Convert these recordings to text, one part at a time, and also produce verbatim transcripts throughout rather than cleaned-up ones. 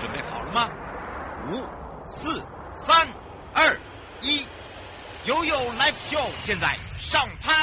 准备好了吗？五、四、三、二、一，悠悠 Live Show 现在上拍。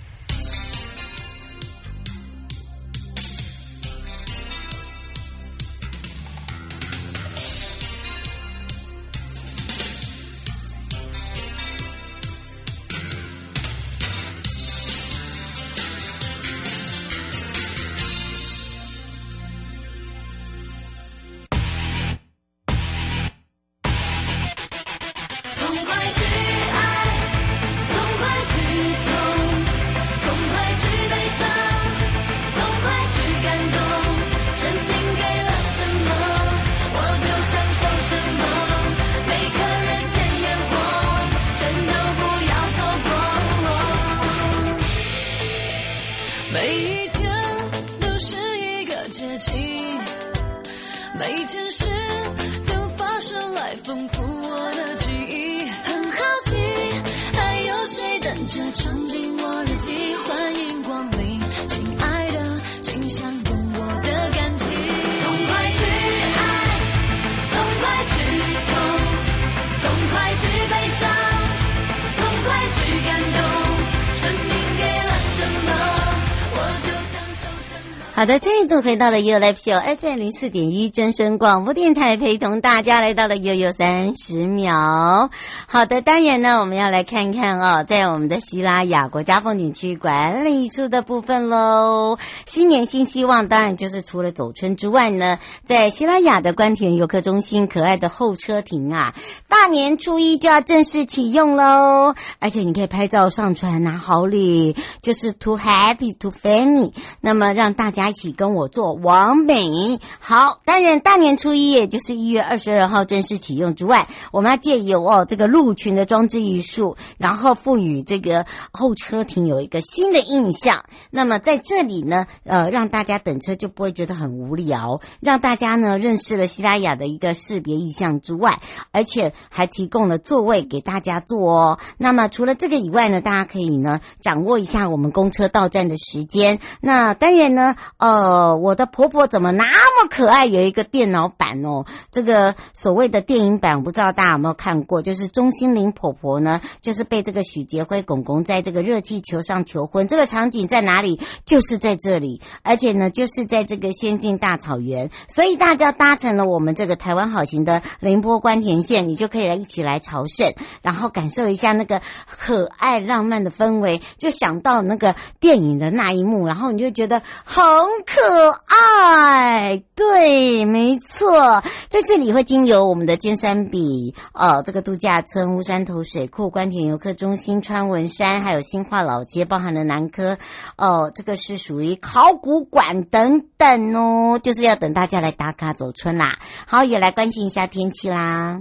好的，这一度回到了悠悠 Live Show F M 零四点一真声广播电台，陪同大家来到了悠悠三十秒。好的，当然呢，我们要来看看哦，在我们的西拉雅国家风景区管理处的部分喽。新年新希望，当然就是除了走春之外呢，在西拉雅的官田游客中心可爱的候车亭啊，大年初一就要正式启用喽。而且你可以拍照上传拿好礼，就是 too happy too funny， 那么让大家一起跟我做完美。好，当然大年初一也就是一月二十二号正式启用之外，我们要借由哦这个鹿群的装置艺术，然后赋予这个候车亭有一个新的印象。那么在这里呢，呃，让大家等车就不会觉得很无聊，让大家呢认识了西拉雅的一个识别意象之外，而且还提供了座位给大家坐哦。那么除了这个以外呢，大家可以呢掌握一下我们公车到站的时间。那当然呢，呃，我的婆婆怎么那么可爱？有一个电脑版哦，这个所谓的电影版，不知道大家有没有看过？就是钟欣凌婆婆呢，就是被这个许杰辉公公在这个热气球上求婚，这个场景在哪里？就是在这里，而且呢，就是在这个仙境大草原。所以大家搭乘了我们这个台湾好行的凌波关田线，你就可以来一起来朝圣，然后感受一下那个可爱浪漫的氛围，就想到那个电影的那一幕，然后你就觉得很可爱。对，没错，在这里会经由我们的尖山比呃这个度假村、乌山头水库、关田游客中心、川文山，还有新化老街，包含了南科哦、呃，这个是属于考古馆等等哦，就是要等大家来打卡走春啦。好，也来关心一下天气啦。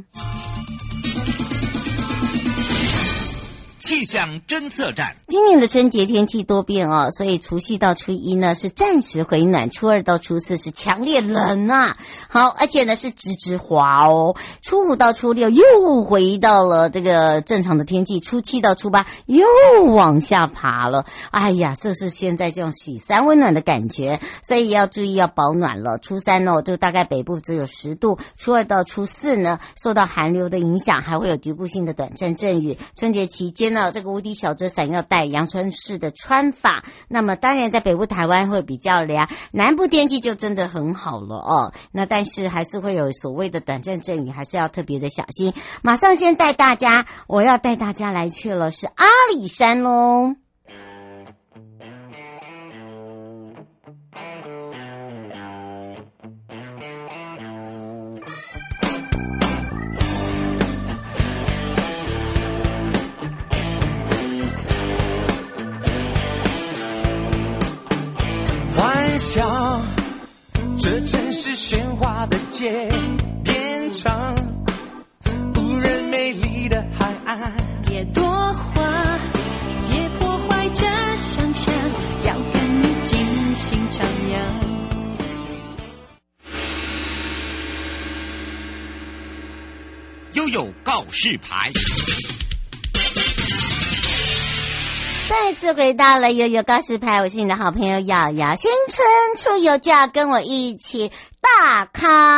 气象侦测站， 今年的春节天气多变哦，所以除夕到初一呢是暂时回暖，初二到初四是强烈冷啊。好，而且呢是直直滑哦。初五到初六又回到了这个正常的天气，初七到初八又往下爬了。哎呀，这是现在这种喜三温暖的感觉，所以要注意要保暖了。初三哦，就大概北部只有十度，初二到初四呢受到寒流的影响，还会有局部性的短暂阵雨。春节期间呢，这个无敌小遮伞要带，阳春式的穿法。那么当然在北部台湾会比较凉，南部天气就真的很好了哦。那但是还是会有所谓的短暂阵雨，还是要特别的小心。马上先带大家，我要带大家来去了是阿里山咯。 这城市喧哗的街变成无人美丽的海岸， 别多话，别破坏这想象，要跟你尽兴徜徉。 悠悠告示牌。 再次回到了悠悠告示牌，我是你的好朋友瑶瑶。新春出游就要跟我一起大咖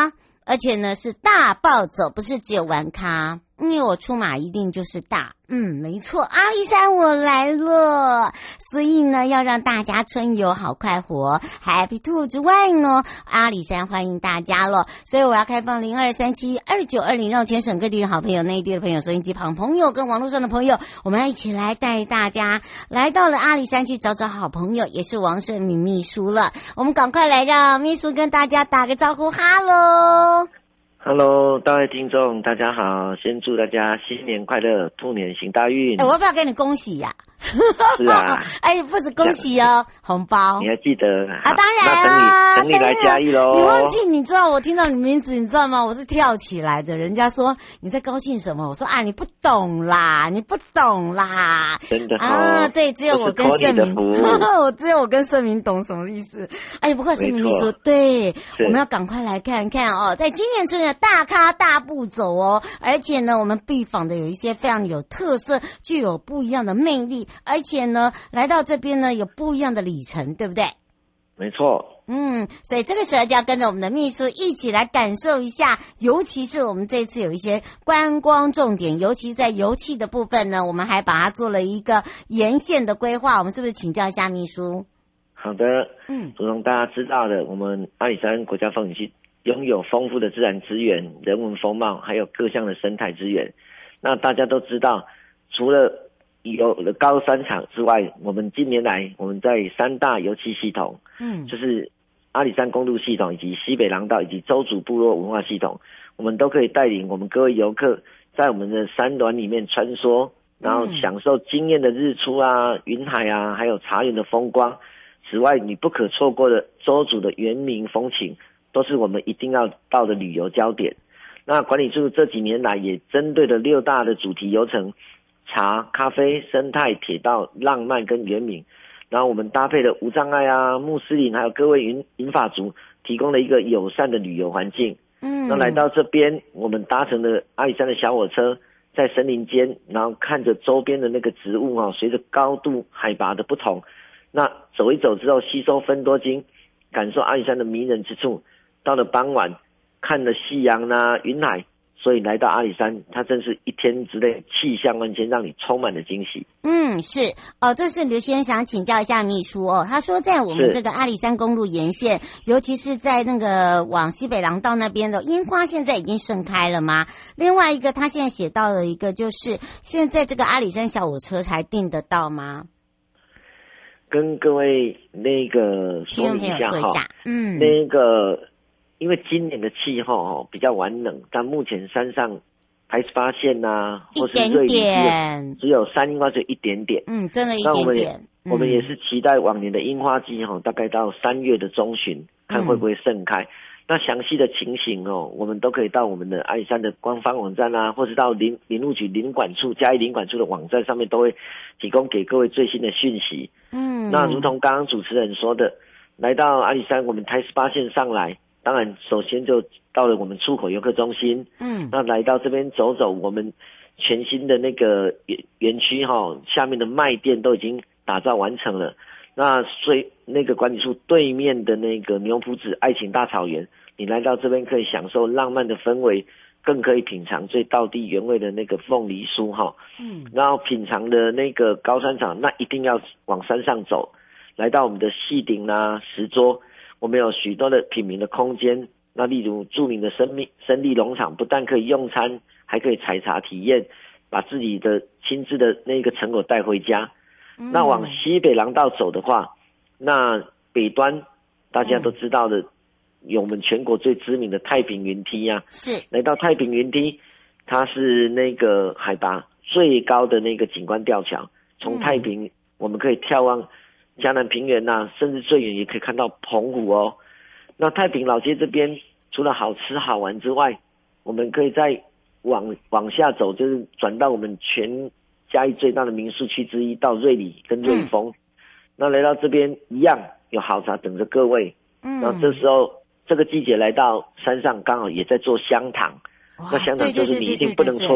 而且呢是大暴走，不是只有玩咖，因为我出马一定就是大。嗯，没错，阿里山我来了，所以呢要让大家春游好快活 Happy Two 之外呢，阿里山欢迎大家了，所以我要开放零二三七二九二零，让全省各地的好朋友、内地的朋友、收音机旁朋友跟网络上的朋友，我们要一起来带大家来到了阿里山去找找好朋友，也是王胜明秘书了。我们赶快来让秘书跟大家打个招呼，哈喽。 Hello， 各位听众，大家好！先祝大家新年快乐，兔年行大运。 哎、欸，我要不要跟你恭喜呀、 啊？是啊， 哎，不止恭喜哦，红包你还记得啊？当然啊， 那等你等你来嘉义喽。 你忘记？你知道我听到你名字，你知道吗？我是跳起来的。人家说你在高兴什么？我说啊，你不懂啦，你不懂啦。 真的、哦、 啊，对，只有我跟盛明，我只有我跟盛明懂什么意思。哎，不过盛明你说对，我们要赶快来看看哦，在今年春节大咖大步走哦，而且呢，我们必访的有一些非常有特色，具有不一样的魅力。而且呢，来到这边呢，有不一样的里程，对不对？ 没错。 嗯，所以这个时候就要跟着我们的秘书一起来感受一下，尤其是我们这次有一些观光重点，尤其在油气的部分呢，我们还把它做了一个沿线的规划。我们是不是请教一下秘书？ 好的，嗯，如同大家知道的，我们阿里山国家风景区拥有丰富的自然资源、人文风貌，还有各项的生态资源。那大家都知道，除了有了高山场之外，我们近年来我们在三大油气系统，嗯，就是阿里山公路系统以及西北廊道以及邹族部落文化系统，我们都可以带领我们各位游客在我们的山峦里面穿梭，然后享受惊艳的日出啊、云海啊，还有茶园的风光。此外，你不可错过的邹族的原民风情，都是我们一定要到的旅游焦点。那管理处这几年来也针对了六大的主题游程。茶、咖啡、生态、铁道、浪漫跟原民，然后我们搭配了无障碍啊、穆斯林还有各位银银发族，提供了一个友善的旅游环境。嗯，那来到这边，我们搭乘了阿里山的小火车，在森林间，然后看着周边的那个植物啊，随着高度海拔的不同，那走一走之后，吸收芬多精，感受阿里山的迷人之处。到了傍晚，看了夕阳啊、云海。所以来到阿里山，它真是一天之内气象万千，让你充满了惊喜。嗯， 是哦，这是刘先生想请教一下秘书哦。他说，在我们这个阿里山公路沿线，尤其是在那个往西北廊道那边的樱花，现在已经盛开了吗？另外一个，他现在写到了一个，就是现在这个阿里山小火车才订得到吗？ 跟各位那个说明一下哈， 嗯， 那个。因为今年的气候哦比较晚冷，但目前山上台十八线呐、啊，或是瑞里只有山樱花只有一点点， 嗯，真的一点点。 那我们也、嗯、我们也是期待往年的樱花季哈，大概到三月的中旬，看会不会盛开。嗯、那详细的情形哦，我们都可以到我们的阿里山的官方网站啊，或是到林林务局林管处嘉义林管处的网站上面，都会提供给各位最新的讯息。嗯，那如同刚刚主持人说的，来到阿里山，我们台十八线上来。当然，首先就到了我们出口游客中心，嗯，那来到这边走走，我们全新的那个园园区哈，下面的卖店都已经打造完成了。那所以那个管理处对面的那个牛埔子爱情大草原，你来到这边可以享受浪漫的氛围，更可以品尝最道地原味的那个凤梨酥哈，嗯，然后品尝的那个高山场，那一定要往山上走，来到我们的细顶啊、石桌。我们有许多的品茗的空间，那例如著名的生命生力农场，不但可以用餐，还可以采茶体验，把自己的亲自的那个成果带回家。嗯、那往西北廊道走的话，那北端大家都知道的，嗯、有我们全国最知名的太平云梯啊。是，来到太平云梯，它是那个海拔最高的那个景观吊桥，从太平、嗯、我们可以眺望。嘉南平原呐、啊，甚至最远也可以看到澎湖哦。那太平老街这边除了好吃好玩之外，我们可以再往往下走，就是转到我们全嘉义最大的民宿区之一，到瑞里跟瑞丰。嗯、那来到这边一样有好茶等着各位。嗯，然后这时候这个季节来到山上，刚好也在做香糖。那香糖就是你一定不能错过。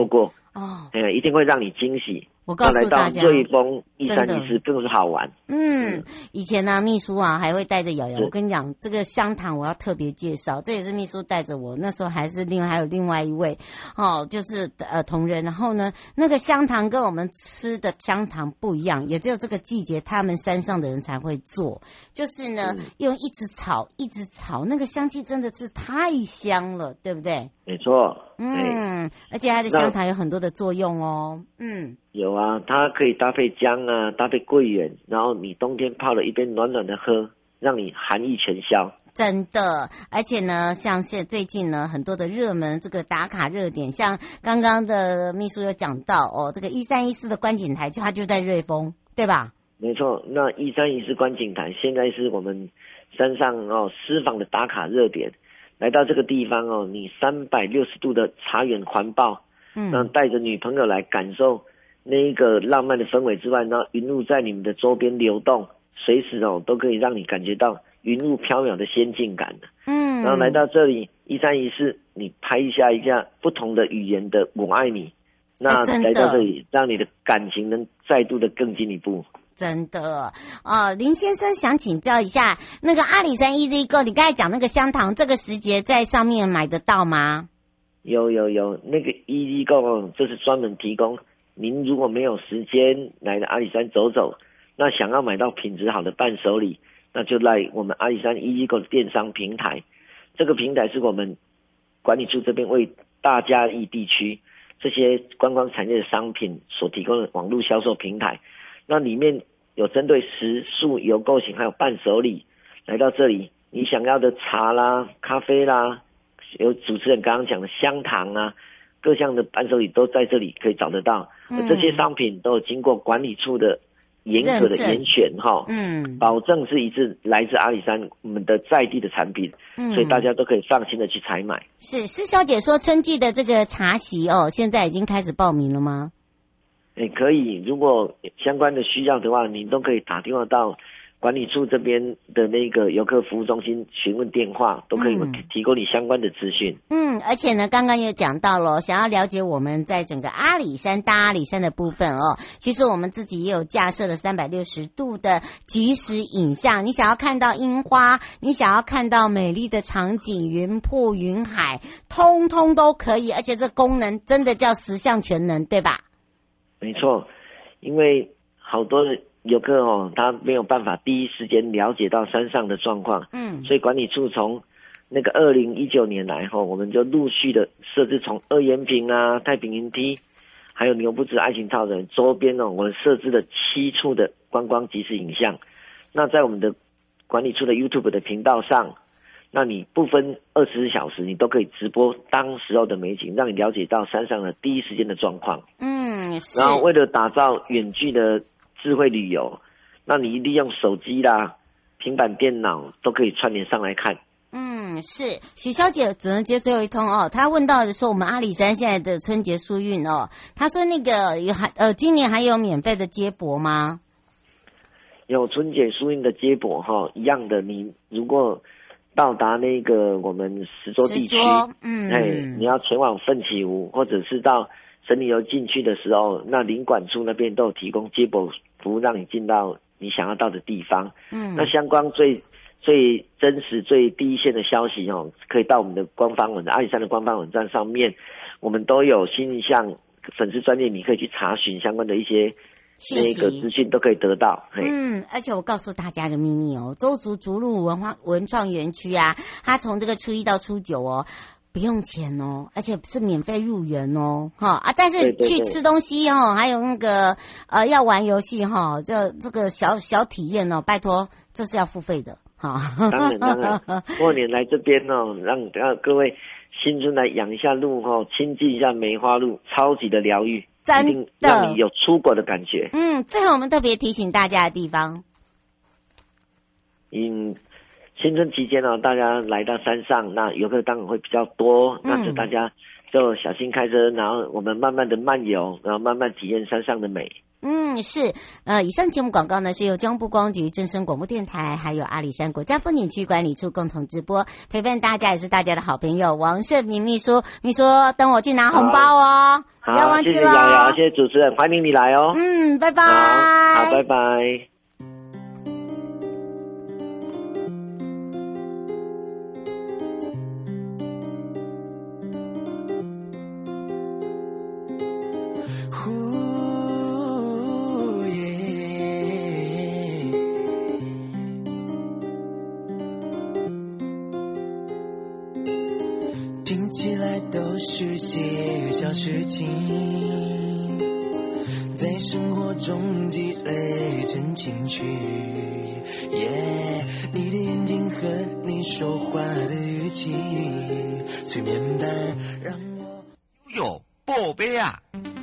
哦， 哎，一定会让你惊喜。 我告诉大家， 瑞丰一三一四更是好玩。 嗯，以前呢、啊，秘书啊还会带着瑶瑶。我跟你讲，这个香糖我要特别介绍，这也是秘书带着我。那时候还是另外还有另外一位哦，就是呃同仁。然后呢，那个香糖跟我们吃的香糖不一样，也只有这个季节他们山上的人才会做。就是呢，嗯、用一直炒，一直炒，那个香气真的是太香了，对不对？ 没错。 嗯，而且它的香糖有很多的作用哦。嗯。 有啊，它可以搭配姜啊，搭配桂圆，然后你冬天泡了一杯暖暖的喝，让你寒意全消。 真的，而且呢，像是最近呢，很多的热门这个打卡热点，像刚刚的秘书有讲到哦，这个一三一四的观景台，就它就在瑞丰，对吧？ 没错，那一三一四观景台现在是我们山上哦私房的打卡热点。来到这个地方哦，你三百六十度的茶园环抱，嗯，让带着女朋友来感受那一个浪漫的氛围之外，然后云雾在你们的周边流动，随时哦都可以让你感觉到云雾飘渺的仙境感的。嗯，然后来到这里一三一四，你拍一下一下不同的语言的我爱你，那来到这里，让你的感情能再度的更进一步。 真的哦，林先生想请教一下，那个阿里山 Easy Go， 你刚才讲那个香糖，这个时节在上面买得到吗？ 有有有，那个 Easy Go 就是专门提供您如果没有时间来的阿里山走走，那想要买到品质好的伴手礼，那就来我们阿里山 Easy Go 的电商平台。这个平台是我们管理处这边为大嘉义地区这些观光产业的商品所提供的网络销售平台。那里面有针对食宿游购型还有伴手礼，来到这里你想要的茶啦咖啡啦，有主持人刚刚讲的香糖啊，各项的伴手礼都在这里可以找得到。嗯、而这些商品都有经过管理处的严格的严选哈，嗯，保证是一致来自阿里山我们的在地的产品，嗯，所以大家都可以放心的去采买。 是施小姐说春季的这个茶席哦，现在已经开始报名了吗？ 也可以，如果相关的需要的话，你都可以打电话到管理处这边的那个游客服务中心询问电话，都可以提供你相关的资讯。 嗯，而且呢，刚刚也讲到了，想要了解我们在整个阿里山大阿里山的部分哦，其实我们自己也有架设了三百六十度的即时影像。你想要看到樱花，你想要看到美丽的场景、云瀑、云海，通通都可以，而且这功能真的叫十项全能，对吧？ 没错，因为好多的游客哦，他没有办法第一时间了解到山上的状况，嗯，所以管理处从那个二零一九年来后，我们就陆续的设置从二延平啊、太平营梯，还有牛不知爱情超人周边哦，我们设置了七处的观光即时影像。那在我们的管理处的 YouTube 的频道上，那你不分二十四小时，你都可以直播当时候的美景，让你了解到山上的第一时间的状况。嗯，是。然后为了打造远距的智慧旅游，那你利用手机啦、平板电脑都可以串联上来看。 嗯，是。许小姐只能接最后一通哦。她问到的说，我们阿里山现在的春节疏运哦，她说那个有还呃，今年还有免费的接驳吗？ 有春节疏运的接驳哈，一样的。你如果到达那个我们石州地区，嗯，哎，你要前往奋起湖，或者是到神里游进去的时候，那领管处那边都有提供接驳服务，让你进到你想要到的地方。嗯，那相关最最真实、最第一线的消息哦，可以到我们的官方网站阿里山的官方网站上面，我们都有新向粉丝专页，你可以去查询相关的一些那个资讯都可以得到。 嗯，而且我告诉大家一个秘密哦，邹族竹鹿文化文创园区啊，它从这个初一到初九哦，不用钱哦，而且是免费入园哦，哈啊，但是去吃东西哦，还有那个呃要玩游戏哈，这这个小小体验哦，拜托，这是要付费的哈。 当然当然，过年来这边哦，让让各位新春来养一下鹿哦，亲近一下梅花鹿，超级的疗愈。一定让你有出国的感觉。 嗯，最后我们特别提醒大家的地方， 嗯，新春期间呢、哦，大家来到山上，那游客当然会比较多，嗯、那就大家就小心开车，然后我们慢慢的漫游，然后慢慢体验山上的美。 嗯，是，呃，以上节目广告呢是由中部光局、正声广播电台还有阿里山国家风景区管理处共同直播，陪伴大家也是大家的好朋友王胜明秘书，秘书等我去拿红包哦，不要忘记了。 谢谢瑶瑶，谢谢主持人，欢迎你来哦。 嗯，拜拜。 好，好，拜拜。 听起来都是些小事情，在生活中积累成情趣。Yeah， 你的眼睛和你说话的语气，催眠般让我有宝贝啊！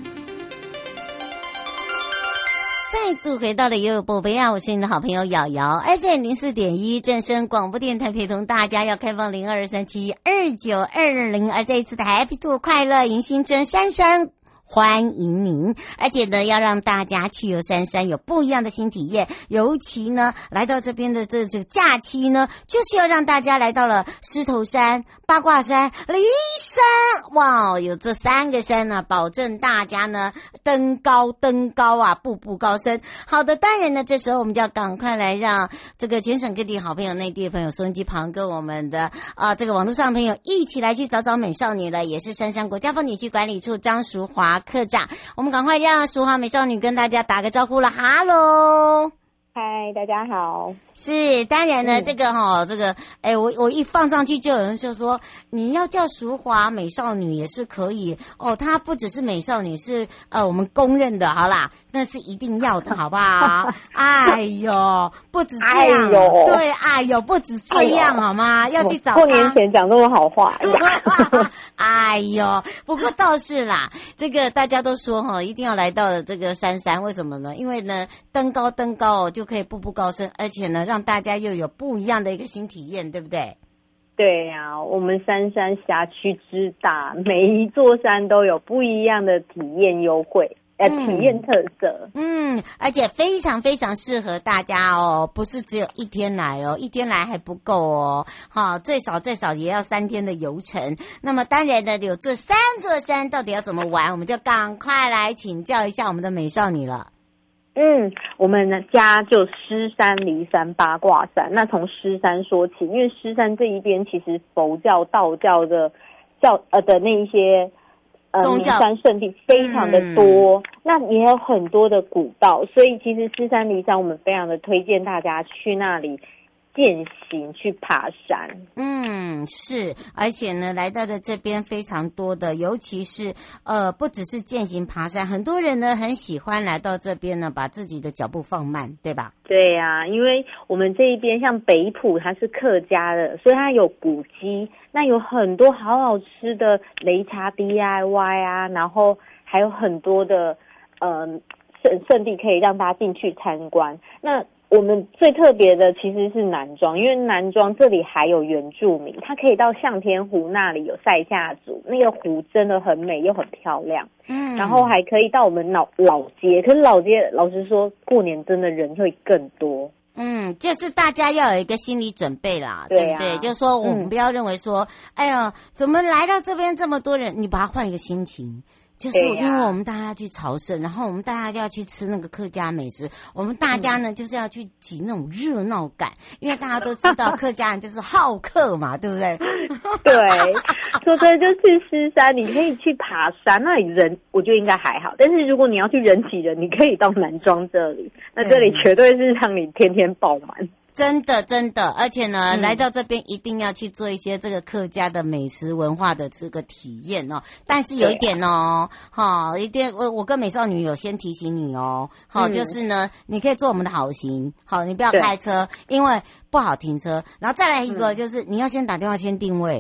再度回到了悠悠宝贝啊，我是你的好朋友瑶瑶 ，F M 零四点一正声广播电台，陪同大家要开放零二三七二九二零，而这一次的 Happy Tour 快乐迎新春珊珊。欢迎您，而且呢，要让大家去游山山有不一样的新体验。尤其呢，来到这边的这这个假期呢，就是要让大家来到了狮头山、八卦山、骊山，哇，有这三个山呢，保证大家呢登高登高啊，步步高升。好的，当然呢，这时候我们就要赶快来让这个全省各地好朋友、内地的朋友、收音机旁跟我们的啊、呃、这个网络上的朋友一起来去找找美少女了，也是杉山国家风景区管理处张淑华科长，我们赶快让淑华美少女跟大家打个招呼了。哈喽， 嗨，大家好。 是，当然呢， 嗯、 这个哈、哦，这个，哎，我我一放上去，就有人就说，你要叫淑华美少女也是可以哦。她不只是美少女，是呃我们公认的，好啦，那是一定要的，好不好？哎呦，不止这样， 哎呦对，哎呦，不止这样，好吗？要去找她。 过年前讲这么好话， 哎呦，不过倒是啦，这个大家都说哈，一定要来到这个山山，为什么呢？因为呢，登高登高哦，就可以步步高升，而且呢，让大家又有不一样的一个新体验，对不对？ 对呀、啊，我们杉山辖区之大，每一座山都有不一样的体验优惠。呃，体验特色， 嗯，而且非常非常适合大家哦，不是只有一天来哦，一天来还不够哦，好，最少最少也要三天的游程。那么当然呢，有这三座山到底要怎么玩，我们就赶快来请教一下我们的美少女了。 嗯，我们家就狮山、骊山、八卦山。那从狮山说起，因为狮山这一边其实佛教、道教的教呃的那一些。呃，名山圣地非常的多、嗯，那也有很多的古道，所以其实狮山、骊山我们非常的推荐大家去那里健行去爬山。 嗯，是，而且呢，来到的这边非常多的，尤其是呃，不只是健行爬山，很多人呢很喜欢来到这边呢，把自己的脚步放慢，对吧？ 对呀、啊，因为我们这一边像北埔，它是客家的，所以它有古迹，那有很多好好吃的擂茶 D I Y 啊，然后还有很多的呃圣圣地可以让大家进去参观。那我们最特别的其实是南庄，因为南庄这里还有原住民，他可以到向天湖那里有塞夏族，那个湖真的很美又很漂亮。嗯，然后还可以到我们老老街，可是老街老实说，过年真的人会更多。 嗯，就是大家要有一个心理准备啦， 对、 啊、对不对？就是说我们不要认为说，嗯、哎呀，怎么来到这边这么多人？你把它换一个心情。就是因为我们大家要去朝圣，然后我们大家就要去吃那个客家美食，我们大家呢、嗯、就是要去挤那种热闹感，因为大家都知道客家人就是好客嘛，对不对？ 对，说真的，就去狮山，你可以去爬山，那里人我觉得应该还好，但是如果你要去人挤人，你可以到南庄这里，那这里绝对是让你天天爆满。 真的真的，而且呢、嗯，来到这边一定要去做一些这个客家的美食文化的这个体验哦。但是有一点哦，哈、啊，一定我我跟美少女有先提醒你哦，好、嗯，就是呢，你可以做我们的好行，好，你不要开车，因为不好停车。然后再来一个就是、嗯、你要先打电话先定位。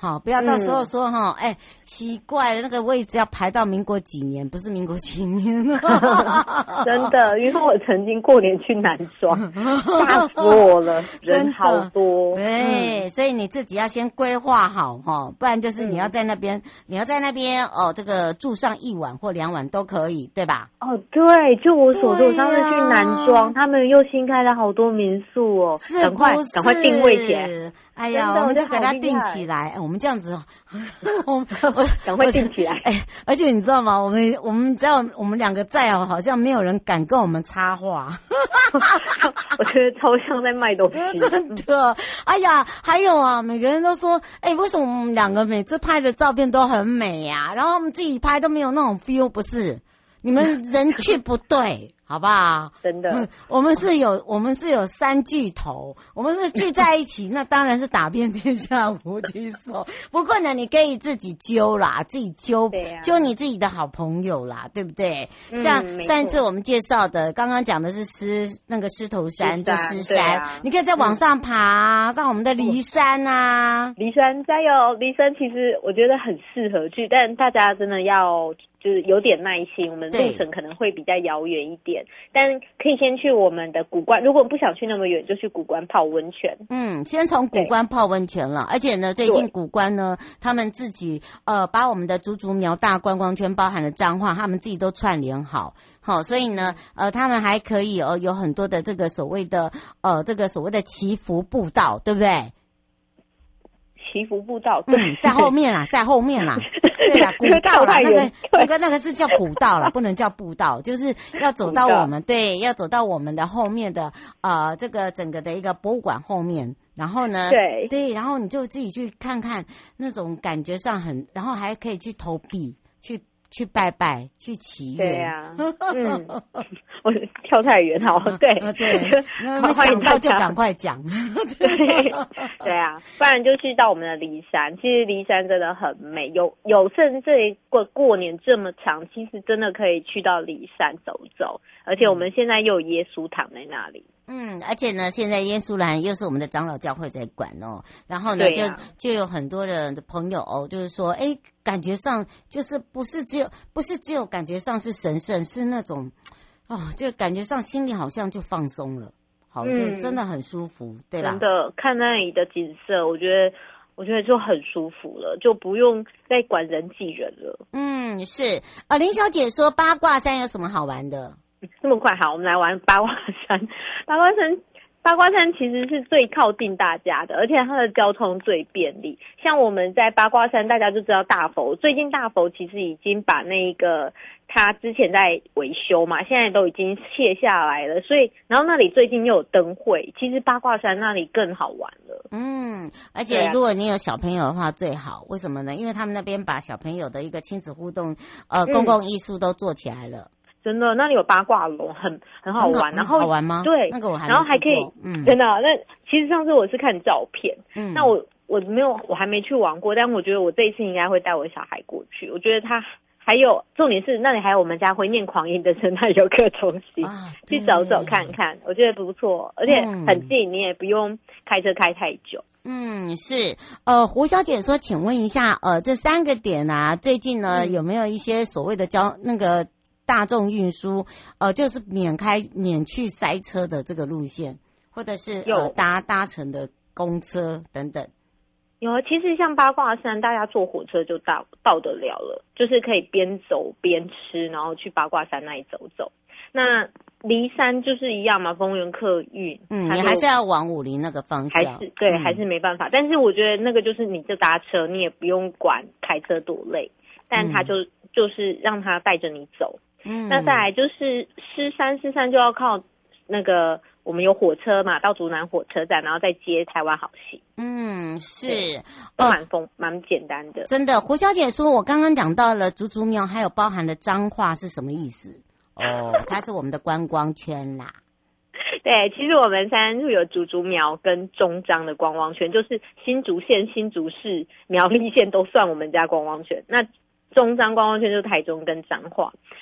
好，不要到时候说哈，哎、嗯欸，奇怪了，那个位置要排到民国几年，不是民国几年真的，因为我曾经过年去南庄，吓死我了，人好多。 对、嗯，所以你自己要先规划好哈，不然就是你要在那边， 嗯、 你要在那边哦，这个住上一晚或两晚都可以，对吧？ 哦，对，就我所说，我上次去南庄，他们又新开了好多民宿哦，赶快赶快定位起来。 哎呀，我们就给它定起来。哎，我们这样子，我我赶快定起来。 哎，而且你知道吗？我们我们只要我们两个在哦，好像没有人敢跟我们插话。 我觉得超像在卖东西。 真的，哎呀，还有啊，每个人都说，哎，为什么我们两个每次拍的照片都很美呀、啊？然后我们自己拍都没有那种 feel， 不是？你们人去不对，好不好？ 真的， 我们是有我们是有三巨头，我们是聚在一起，那当然是打遍天下无敌手。不过呢，你可以自己揪啦，自己揪、啊、揪你自己的好朋友啦，对不对？嗯、像上一次我们介绍的，刚刚讲的是狮那个狮头山，就狮山、啊，你可以再往上爬，嗯、到我们的骊山啊。 骊山加油！骊山其实我觉得很适合去，但大家真的要。就是有点耐心，我们路程可能会比较遥远一点，但可以先去我们的古关，如果不想去那么远，就去古关泡温泉。 嗯，先从古关泡温泉了，而且呢，最近古关呢，他们自己呃把我们的竹竹苗大观光圈，包含了彰化，他们自己都串联好。好，所以呢，呃，他们还可以哦，有很多的这个所谓的呃这个所谓的祈福步道，对不对？ 祈福步道， 嗯，在后面啦，在后面啦。对啦，古道啦，那个那个那个是叫古道啦，不能叫步道，就是要走到我们对，要走到我们的后面的呃这个整个的一个博物馆后面，然后呢， 对对，然后你就自己去看看那种感觉上很，然后还可以去投币，去去拜拜，去祈愿。 对呀、啊，嗯，我跳太远好，对对，那想到就赶快讲。 对对啊，不然就去到我们的骊山。其实骊山真的很美，有有甚至过过年这么长，其实真的可以去到骊山走走。而且我们现在又有耶稣堂在那里。 嗯，而且呢，现在耶稣兰又是我们的长老教会在管哦，然后呢，啊、就就有很多的朋友哦，就是说，哎，感觉上就是不是只有不是只有感觉上是神圣，是那种哦，就感觉上心里好像就放松了，好，嗯、就真的很舒服，对吧？ 真的看那里的景色，我觉得我觉得就很舒服了，就不用再管人挤人了。 嗯，是。呃，林小姐说八卦山有什么好玩的？ 这么快，好，我们来玩八卦山。八卦山，八卦山其实是最靠近大家的，而且它的交通最便利。像我们在八卦山，大家就知道大佛，最近大佛其实已经把那个它之前在维修嘛，现在都已经卸下来了，所以然后那里最近又有灯会，其实八卦山那里更好玩了。 嗯，而且如果你有小朋友的话最好，为什么呢？因为他们那边把小朋友的一个亲子互动呃公共艺术都做起来了。嗯， 真的，那里有八卦龙，很很好玩，然后好玩吗？ 对， 那个我还没然后还可以，嗯，真的，那其实上次我是看照片， 嗯， 那我我没有，我还没去玩过，但我觉得我这一次应该会带我小孩过去。我觉得他还有重点是那里还有我们家会念狂音的人，那有各种西，啊，去走走看看，我觉得不错，而且很近，嗯，你也不用开车开太久。 嗯，是，呃，胡小姐说，请问一下，呃，这三个点啊，最近呢，嗯，有没有一些所谓的交那个大众运输，呃，就是免开免去塞车的这个路线，或者是呃搭搭乘的公车等等？ 有啊，其实像八卦山，大家坐火车就到到得了了，就是可以边走边吃，然后去八卦山那里走走。那骊山就是一样嘛，丰原客运， 嗯，你还是要往武陵那个方向， 还是对，嗯，还是没办法。但是我觉得那个就是你就搭车，你也不用管开车多累，但他就，嗯，就是让他带着你走。嗯，那再来就是狮山，狮山就要靠那个我们有火车嘛，到竹南火车站，然后再接台湾好行。 嗯，是， 都蛮丰蛮简单的。 真的，胡小姐说，我刚刚讲到了竹竹苗，还有包含了彰化是什么意思？哦，它是我们的观光圈啦。 对，其实我们三处有竹竹苗跟中彰的观光圈，就是新竹县、新竹市、苗栗县都算我们家观光圈。那中彰观光圈就是台中跟彰化。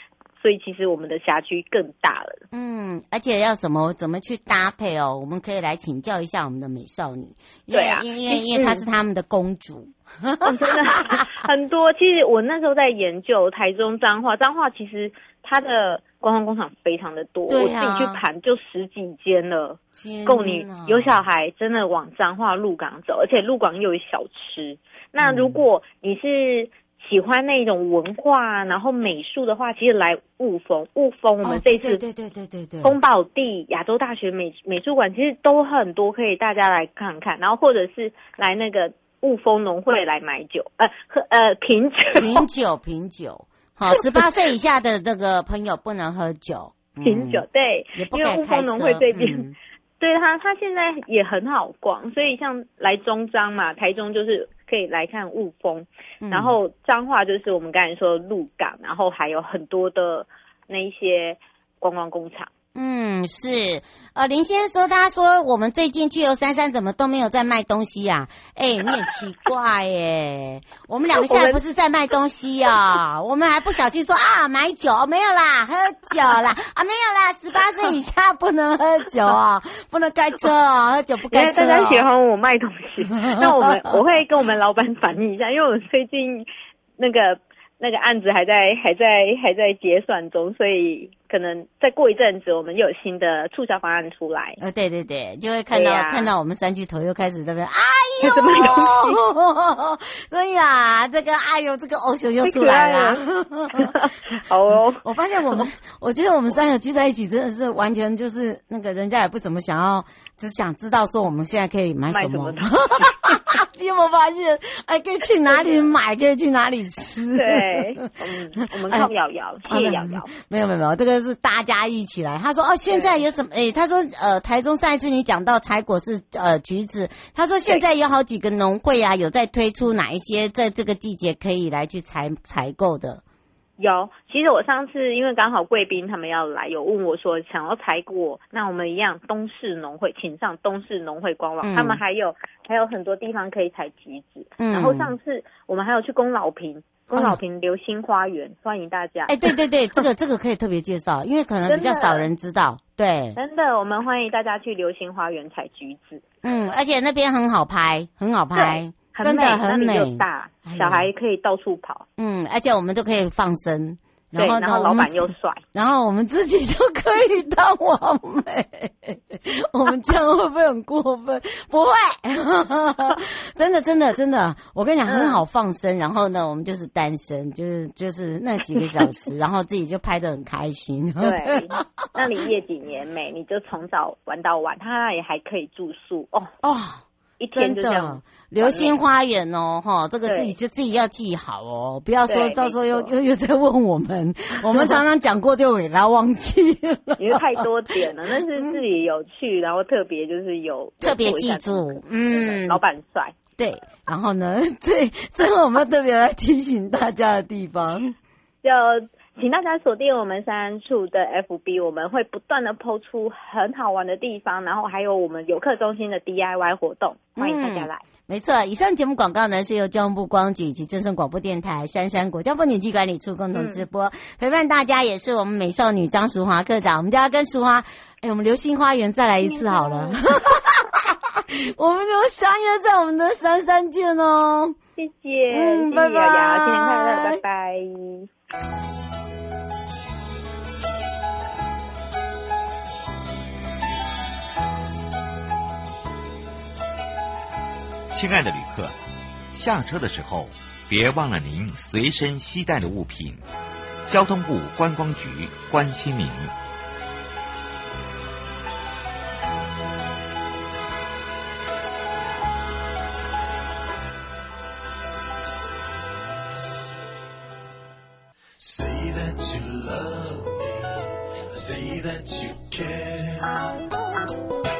所以其实我们的辖区更大了。 嗯，而且要怎么怎么去搭配哦？我们可以来请教一下我们的美少女，因为对啊， 因为因为因为她是他们的公主。 哦，真的很多。其实我那时候在研究台中彰化，彰化其实它的观光工厂非常的多， 对啊， 我自己去盘就十几间了，够你有小孩真的往彰化鹿港走，而且鹿港又有小吃。那如果你是喜欢那种文化然后美术的话，其实来雾峰，雾峰我们这次对对对对对丰宝地亚洲大学美美术馆其实都很多，可以大家来看看，然后或者是来那个雾峰农会来买酒，呃喝呃品酒品酒品酒。好，十八岁以下的那个朋友不能喝酒， 品酒、嗯、对， 也不因为雾峰农会这边。 嗯对它，它现在也很好逛，所以像来中彰嘛，台中就是可以来看雾峰，嗯、然后彰化就是我们刚才说的鹿港，然后还有很多的那一些观光工厂。 嗯，是，呃，林先生说，他说我们最近去游三山怎么都没有在卖东西呀、啊？哎、欸，你很奇怪耶，我们两个现在不是在卖东西啊，我们还不小心说啊买酒没有啦，喝酒啦啊没有啦，十八岁以下不能喝酒啊，不能开车啊，喝酒不开车、啊。 大家喜欢我卖东西，那我们我会跟我们老板反映一下，因为我最近那个。那个案子还在还在还在结算中，所以可能再过一阵子，我们又有新的促销方案出来。 呃，对对对，就会看到、啊、看到我们三巨头又开始在那边，哎呦， 什么东西？哎呀，这个哎呦，这个欧熊又出来了。 好哦， 我发现我们，我觉得我们三个聚在一起，真的是完全就是那个人家也不怎么想要，只想知道说我们现在可以买什么。你有没有发现？哎，可以去哪里买？可以去哪里吃？ 对，嗯，我们靠瑶瑶，谢谢瑶瑶。 没有没有没有，这个是大家一起来。他说哦，现在有什么？哎，他说呃，台中上一次你讲到采果是呃橘子，他说现在有好几个农会啊，有在推出哪一些在这个季节可以来去采采购的。 有，其实我上次因为刚好贵宾他们要来，有问我说想要采果，那我们一样东市农会，请上东市农会官网，嗯、他们还有还有很多地方可以采橘子。嗯，然后上次我们还有去宫老坪，宫老坪流星花园，嗯、欢迎大家。 哎，对对对，这个这个可以特别介绍，因为可能比较少人知道。对， 真的，我们欢迎大家去流星花园采橘子。 嗯，而且那边很好拍，很好拍。真的很美， 又大，小孩可以到处跑。 嗯，而且我们都可以放生，然后然后老板又帅， 然后我们自己就可以当网美。我们这样会不会很过分？不会，真的真的真的，我跟你讲很好放生。然后呢，我们就是单身，就是就是那几个小时，然后自己就拍得很开心。 对，那里夜景也美，你就从早玩到晚，他那里还可以住宿哦哦。一天就这样， 流星花园哦，哈，这个自己就自己要记好哦，不要说到时候又又又在问我们，我们常常讲过就给他忘记了， 因为太多点了，但是自己有去，然后特别就是有特别记住，嗯， 老板帅， 对，然后呢，最最后我们要特别来提醒大家的地方， 就。请大家锁定我们三处的 F B， 我们会不断的抛出很好玩的地方，然后还有我们游客中心的 D I Y 活动，欢迎大家来。嗯、 没错，以上节目广告呢是由交通部观光局以及正声广播电台、杉杉国家风景区管理处共同直播，嗯、陪伴大家也是我们美少女张淑华科长，我们就要跟淑华，哎，我们流星花园再来一次好了。我们就相约在我们的杉杉见哦。 谢谢， 嗯， 拜拜，新年快乐，拜拜。 亲爱的旅客，下车的时候别忘了您随身携带的物品。交通部观光局关心您。 Say that you love me, say that you care.